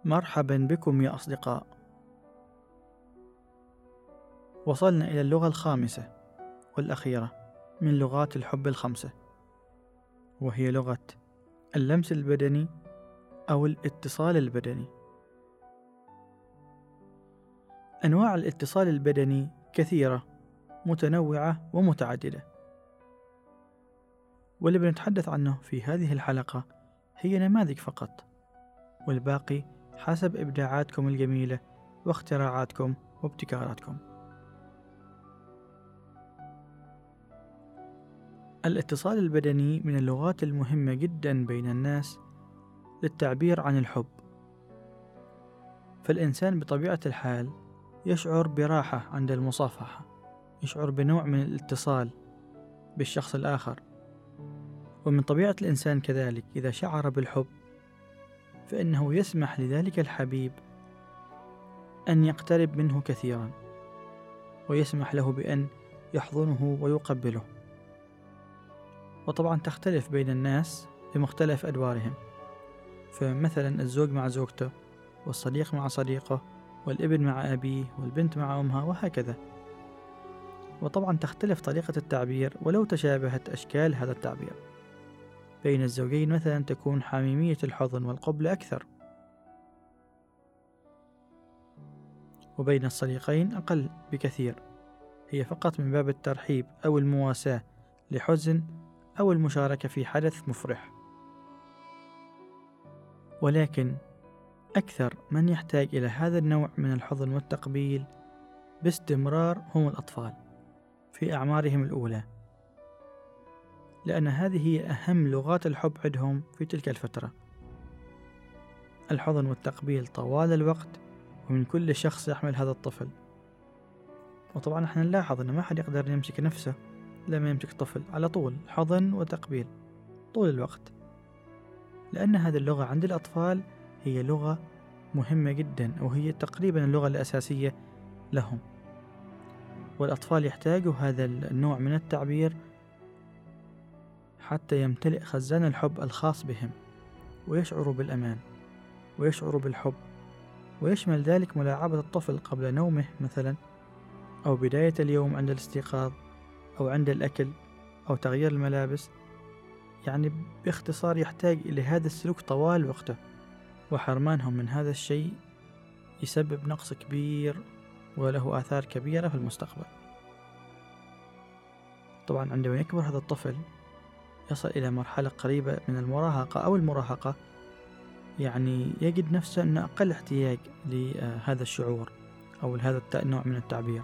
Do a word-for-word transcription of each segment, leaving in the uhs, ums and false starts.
مرحبا بكم يا أصدقاء. وصلنا إلى اللغة الخامسة والأخيرة من لغات الحب الخمسة، وهي لغة اللمس البدني أو الاتصال البدني. أنواع الاتصال البدني كثيرة متنوعة ومتعددة، واللي بنتحدث عنه في هذه الحلقة هي نماذج فقط، والباقي حسب إبداعاتكم الجميلة واختراعاتكم وابتكاراتكم. الاتصال البدني من اللغات المهمة جدا بين الناس للتعبير عن الحب، فالإنسان بطبيعة الحال يشعر براحة عند المصافحة، يشعر بنوع من الاتصال بالشخص الآخر. ومن طبيعة الإنسان كذلك إذا شعر بالحب فإنه يسمح لذلك الحبيب أن يقترب منه كثيرا، ويسمح له بأن يحضنه ويقبله. وطبعا تختلف بين الناس بمختلف أدوارهم، فمثلا الزوج مع زوجته، والصديق مع صديقه، والابن مع أبيه، والبنت مع أمها، وهكذا. وطبعا تختلف طريقة التعبير ولو تشابهت أشكال هذا التعبير. بين الزوجين مثلا تكون حميمية الحضن والقبلة أكثر، وبين الصديقين أقل بكثير، هي فقط من باب الترحيب أو المواساة لحزن أو المشاركة في حدث مفرح. ولكن أكثر من يحتاج إلى هذا النوع من الحضن والتقبيل باستمرار هم الأطفال في أعمارهم الأولى، لأن هذه هي أهم لغات الحب عندهم في تلك الفترة، الحضن والتقبيل طوال الوقت ومن كل شخص يحمل هذا الطفل. وطبعا احنا نلاحظ أن ما حد يقدر يمسك نفسه لما يمسك طفل، على طول حضن وتقبيل طول الوقت، لأن هذه اللغة عند الأطفال هي لغة مهمة جدا، وهي تقريبا اللغة الأساسية لهم. والأطفال يحتاجوا هذا النوع من التعبير حتى يمتلئ خزان الحب الخاص بهم، ويشعروا بالأمان ويشعروا بالحب، ويشمل ذلك ملاعبة الطفل قبل نومه مثلا، أو بداية اليوم عند الاستيقاظ، أو عند الأكل، أو تغيير الملابس. يعني باختصار يحتاج إلى هذا السلوك طوال وقته، وحرمانهم من هذا الشيء يسبب نقص كبير وله آثار كبيرة في المستقبل. طبعا عندما يكبر هذا الطفل يصل إلى مرحلة قريبة من المراهقة أو المراهقة، يعني يجد نفسه أنه أقل احتياج لهذا الشعور أو لهذا النوع من التعبير،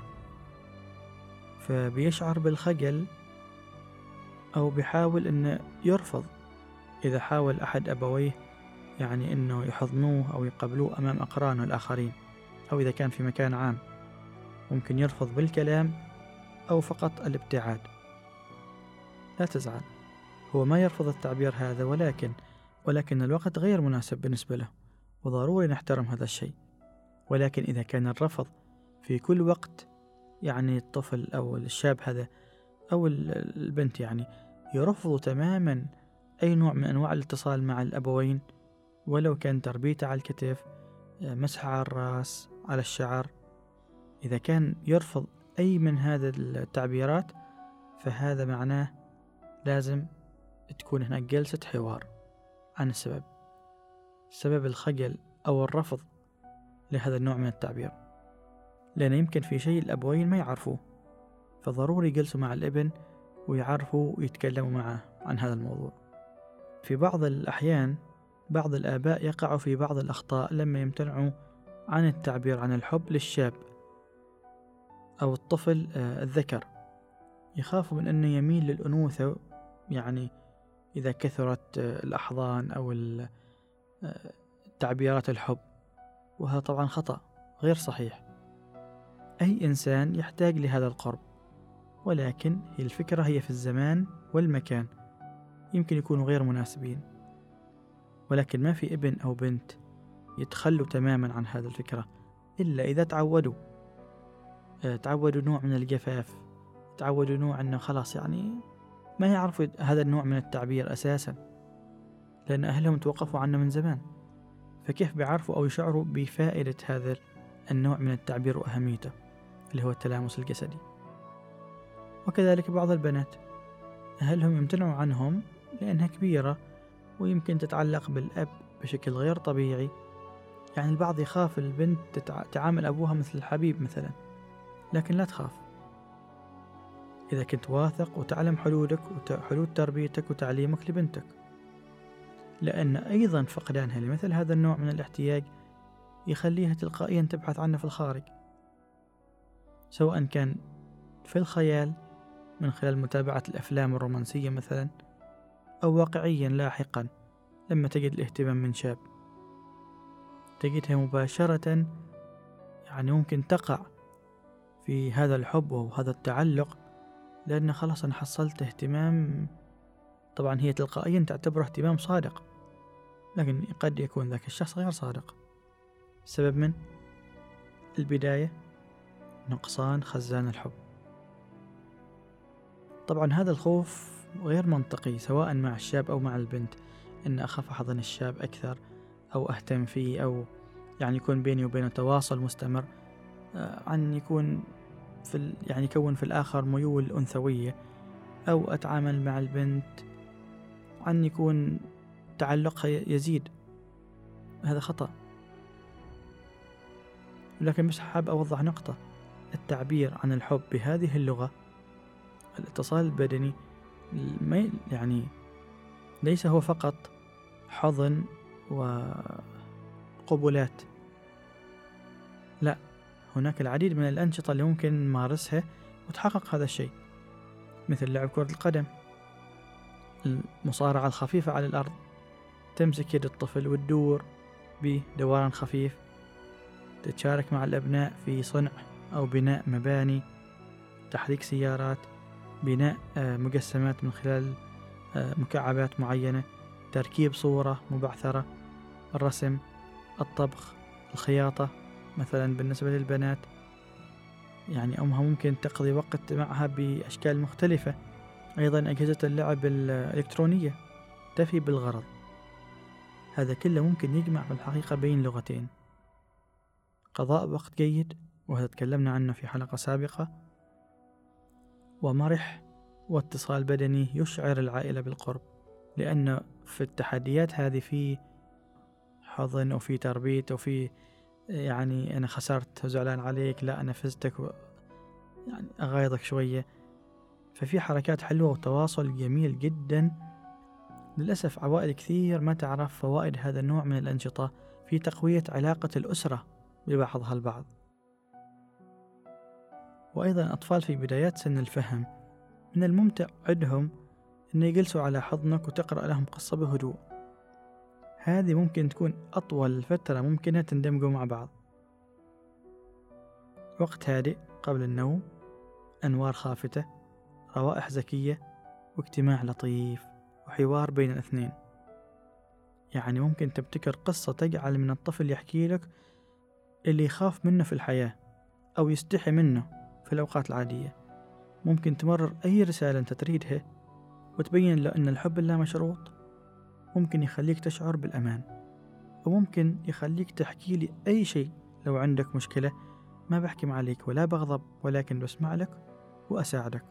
فبيشعر بالخجل أو بيحاول أنه يرفض إذا حاول أحد أبويه يعني أنه يحضنوه أو يقبلوه أمام أقرانه الآخرين، أو إذا كان في مكان عام ممكن يرفض بالكلام أو فقط الابتعاد. لا تزعل، هو ما يرفض التعبير هذا، ولكن ولكن الوقت غير مناسب بالنسبة له، وضروري نحترم هذا الشيء. ولكن إذا كان الرفض في كل وقت، يعني الطفل أو الشاب هذا أو البنت يعني يرفض تماما أي نوع من أنواع الاتصال مع الأبوين، ولو كان تربيته على الكتف، مسح على الرأس، على الشعر، إذا كان يرفض أي من هذه التعبيرات فهذا معناه لازم تكون هناك جلسة حوار عن السبب، سبب الخجل أو الرفض لهذا النوع من التعبير، لأن يمكن في شيء الأبوين ما يعرفوه، فضروري يجلسوا مع الابن ويعرفوا ويتكلموا معه عن هذا الموضوع. في بعض الأحيان بعض الآباء يقعوا في بعض الأخطاء لما يمتنعوا عن التعبير عن الحب للشاب أو الطفل الذكر، يخافوا من أنه يميل للأنوثة، يعني إذا كثرت الأحضان أو تعبيرات الحب، وهذا طبعا خطأ غير صحيح. أي إنسان يحتاج لهذا القرب، ولكن هي الفكرة هي في الزمان والمكان يمكن يكونوا غير مناسبين، ولكن ما في ابن أو بنت يتخلوا تماما عن هذا الفكرة إلا إذا تعودوا تعودوا نوع من الجفاف، تعودوا نوع أنه خلاص يعني ما يعرفوا هذا النوع من التعبير أساسا، لأن أهلهم توقفوا عنه من زمان. فكيف بيعرفوا أو يشعروا بفائدة هذا النوع من التعبير وأهميته اللي هو التلامس الجسدي؟ وكذلك بعض البنات أهلهم يمتنعوا عنهم لأنها كبيرة ويمكن تتعلق بالأب بشكل غير طبيعي. يعني البعض يخاف البنت تتع... تعامل أبوها مثل الحبيب مثلا، لكن لا تخاف إذا كنت واثق وتعلم حدودك وحدود تربيتك وتعليمك لبنتك، لأن أيضا فقدانها لمثل هذا النوع من الاحتياج يخليها تلقائيا تبحث عنه في الخارج، سواء كان في الخيال من خلال متابعة الأفلام الرومانسية مثلا، أو واقعيا لاحقا لما تجد الاهتمام من شاب تجدها مباشرة يعني ممكن تقع في هذا الحب وهذا التعلق، لأن خلاص أنا حصلت اهتمام. طبعا هي تلقائيا تعتبره اهتمام صادق، لكن قد يكون ذاك الشخص غير صادق. السبب من البداية نقصان خزان الحب. طبعا هذا الخوف غير منطقي سواء مع الشاب أو مع البنت، إن أخاف أحضن الشاب أكثر أو أهتم فيه، أو يعني يكون بيني وبينه تواصل مستمر، عن يكون في ال... يعني يكون في الآخر ميول أنثوية، أو أتعامل مع البنت عن يكون تعلقها يزيد. هذا خطأ. لكن مش حاب أوضح نقطة، التعبير عن الحب بهذه اللغة، الاتصال البدني، يعني ليس هو فقط حضن وقبلات، لا، هناك العديد من الأنشطة اللي ممكن نمارسها وتحقق هذا الشيء، مثل لعب كرة القدم، المصارعة الخفيفة على الأرض، تمسك يد الطفل وتدور بدوران خفيف، تتشارك مع الأبناء في صنع أو بناء مباني، تحريك سيارات، بناء مجسمات من خلال مكعبات معينة، تركيب صورة مبعثرة، الرسم، الطبخ، الخياطة مثلا بالنسبة للبنات. يعني أمها ممكن تقضي وقت معها بأشكال مختلفة. أيضا أجهزة اللعب الإلكترونية تفي بالغرض. هذا كله ممكن يجمع في الحقيقة بين لغتين: قضاء وقت جيد، وهذا تكلمنا عنه في حلقة سابقة، ومرح واتصال بدني يشعر العائلة بالقرب. لأن في التحديات هذه في حضن وفي تربية وفي يعني أنا خسرت وزعلان عليك، لا أنا فزتك و... يعني أغايضك شوية. ففي حركات حلوة وتواصل جميل جدا. للأسف عوائل كثير ما تعرف فوائد هذا النوع من الأنشطة في تقوية علاقة الأسرة ببعضها البعض. وأيضا أطفال في بدايات سن الفهم من الممتع عندهم أن يجلسوا على حضنك وتقرأ لهم قصة بهدوء. هذه ممكن تكون أطول فترة ممكنة تندمجوا مع بعض. وقت هادئ قبل النوم، أنوار خافتة، روائح زكية، واجتماع لطيف وحوار بين الاثنين. يعني ممكن تبتكر قصة تجعل من الطفل يحكي لك اللي يخاف منه في الحياة أو يستحي منه في الأوقات العادية. ممكن تمرر أي رسالة أنت تريدها وتبين له أن الحب لا مشروط. ممكن يخليك تشعر بالأمان، وممكن يخليك تحكي لي أي شيء. لو عندك مشكلة ما بحكم عليك ولا بغضب، ولكن بسمع لك وأساعدك.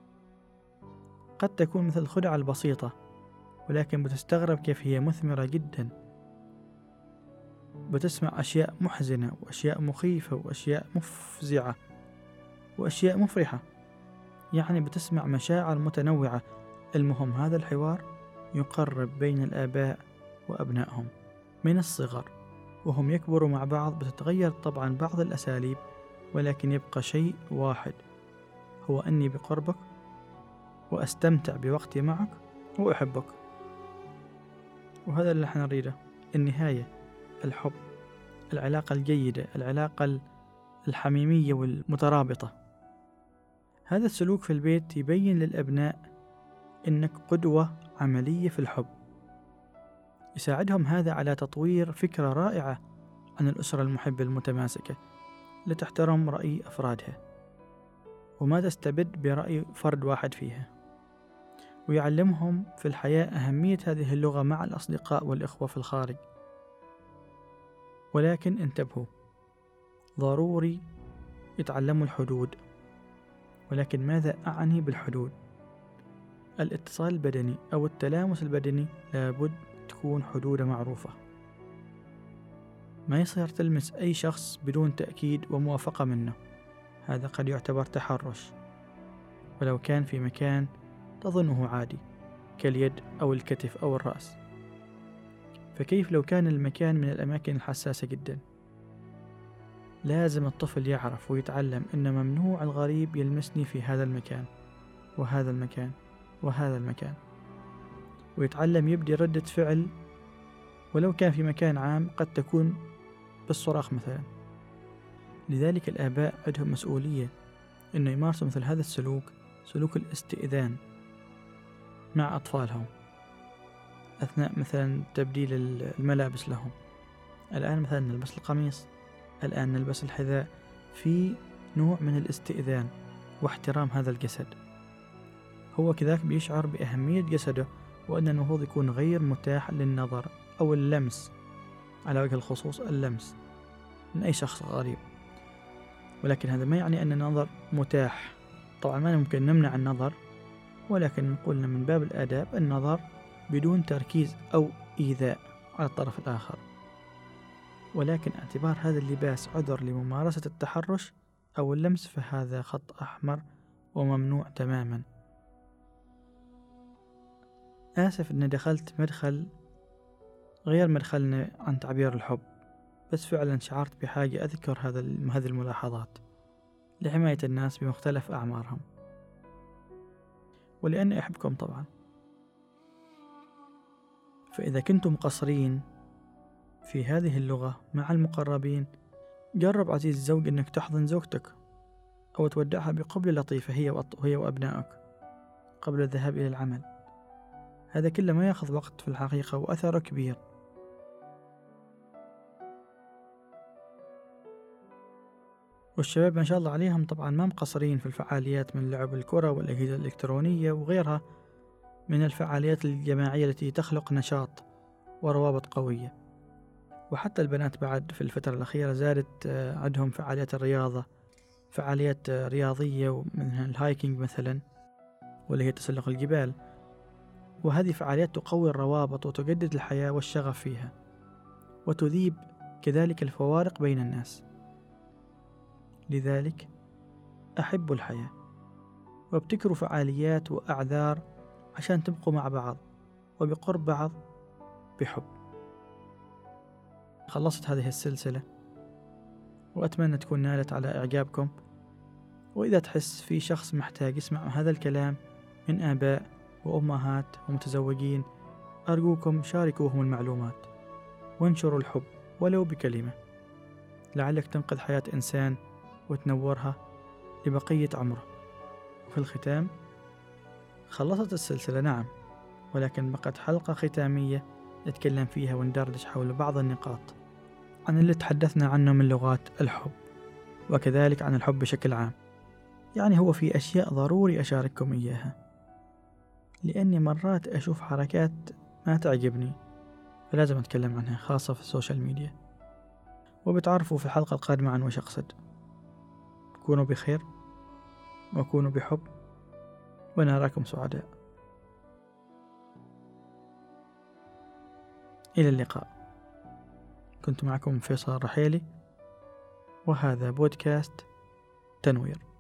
قد تكون مثل الخدعة البسيطة، ولكن بتستغرب كيف هي مثمرة جدا. بتسمع أشياء محزنة وأشياء مخيفة وأشياء مفزعة وأشياء مفرحة. يعني بتسمع مشاعر متنوعة. المهم هذا الحوار يقرب بين الآباء وأبنائهم من الصغر، وهم يكبروا مع بعض. بتتغير طبعا بعض الأساليب، ولكن يبقى شيء واحد، هو أني بقربك وأستمتع بوقتي معك وأحبك. وهذا اللي احنا نريده. النهاية الحب، العلاقة الجيدة، العلاقة الحميمية والمترابطة. هذا السلوك في البيت يبين للأبناء إنك قدوة عملية في الحب. يساعدهم هذا على تطوير فكرة رائعة عن الأسرة المحبة المتماسكة لتحترم رأي أفرادها وما تستبد برأي فرد واحد فيها. ويعلمهم في الحياة أهمية هذه اللغة مع الأصدقاء والإخوة في الخارج. ولكن انتبهوا، ضروري يتعلموا الحدود. ولكن ماذا أعني بالحدود؟ الاتصال البدني أو التلامس البدني لابد تكون حدوده معروفة. ما يصير تلمس أي شخص بدون تأكيد وموافقة منه، هذا قد يعتبر تحرش ولو كان في مكان تظنه عادي كاليد أو الكتف أو الرأس. فكيف لو كان المكان من الأماكن الحساسة جدا؟ لازم الطفل يعرف ويتعلم أن ممنوع الغريب يلمسني في هذا المكان وهذا المكان وهذا المكان، ويتعلم يبدي ردة فعل ولو كان في مكان عام قد تكون بالصراخ مثلا. لذلك الآباء عندهم مسؤولية أنه يمارسوا مثل هذا السلوك، سلوك الاستئذان مع أطفالهم أثناء مثلا تبديل الملابس لهم. الآن مثلا نلبس القميص، الآن نلبس الحذاء، في نوع من الاستئذان واحترام هذا الجسد. هو كذاك بيشعر بأهمية جسده وأن المفروض يكون غير متاح للنظر أو اللمس، على وجه الخصوص اللمس من أي شخص غريب. ولكن هذا ما يعني أن النظر متاح، طبعا ما ممكن نمنع النظر، ولكن نقول من باب الآداب النظر بدون تركيز أو إيذاء على الطرف الآخر. ولكن اعتبار هذا اللباس عذر لممارسة التحرش أو اللمس فهذا خط أحمر وممنوع تماما. آسف أني دخلت مدخل غير مدخلنا عن تعبير الحب، بس فعلا شعرت بحاجة أذكر هذا هذه الملاحظات لحماية الناس بمختلف أعمارهم، ولأني أحبكم طبعا. فإذا كنتم قصرين في هذه اللغة مع المقربين، جرب عزيز الزوج أنك تحضن زوجتك أو تودعها بقبلة لطيفة هي وهي وأبنائك قبل الذهاب إلى العمل. هذا كله ما يأخذ وقت في الحقيقة وأثره كبير. والشباب ما شاء الله عليهم طبعا ما مقصرين في الفعاليات من لعب الكرة والأجهزة الإلكترونية وغيرها من الفعاليات الجماعية التي تخلق نشاط وروابط قوية. وحتى البنات بعد في الفترة الأخيرة زادت عندهم فعاليات الرياضة، فعاليات رياضية ومنها الهايكينج مثلا واللي هي تسلق الجبال، وهذه فعاليات تقوي الروابط وتجدد الحياة والشغف فيها وتذيب كذلك الفوارق بين الناس. لذلك أحبوا الحياة وابتكروا فعاليات وأعذار عشان تبقوا مع بعض وبقرب بعض بحب. خلصت هذه السلسلة وأتمنى تكون نالت على إعجابكم. وإذا تحس في شخص محتاج يسمع هذا الكلام من آباء وأمهات ومتزوجين، أرجوكم شاركوهم المعلومات وانشروا الحب ولو بكلمة، لعلك تنقذ حياة إنسان وتنورها لبقية عمره. وفي الختام، خلصت السلسلة نعم، ولكن بقت حلقة ختامية نتكلم فيها وندردش حول بعض النقاط عن اللي تحدثنا عنه من لغات الحب، وكذلك عن الحب بشكل عام. يعني هو في أشياء ضروري أشارككم إياها، لأني مرات أشوف حركات ما تعجبني فلازم أتكلم عنها، خاصة في السوشيال ميديا. وبتعرفوا في الحلقة القادمة عن وش أقصد. كونوا بخير وكونوا بحب ونراكم سعداء. إلى اللقاء. كنت معكم فيصل رحيلي، وهذا بودكاست تنوير.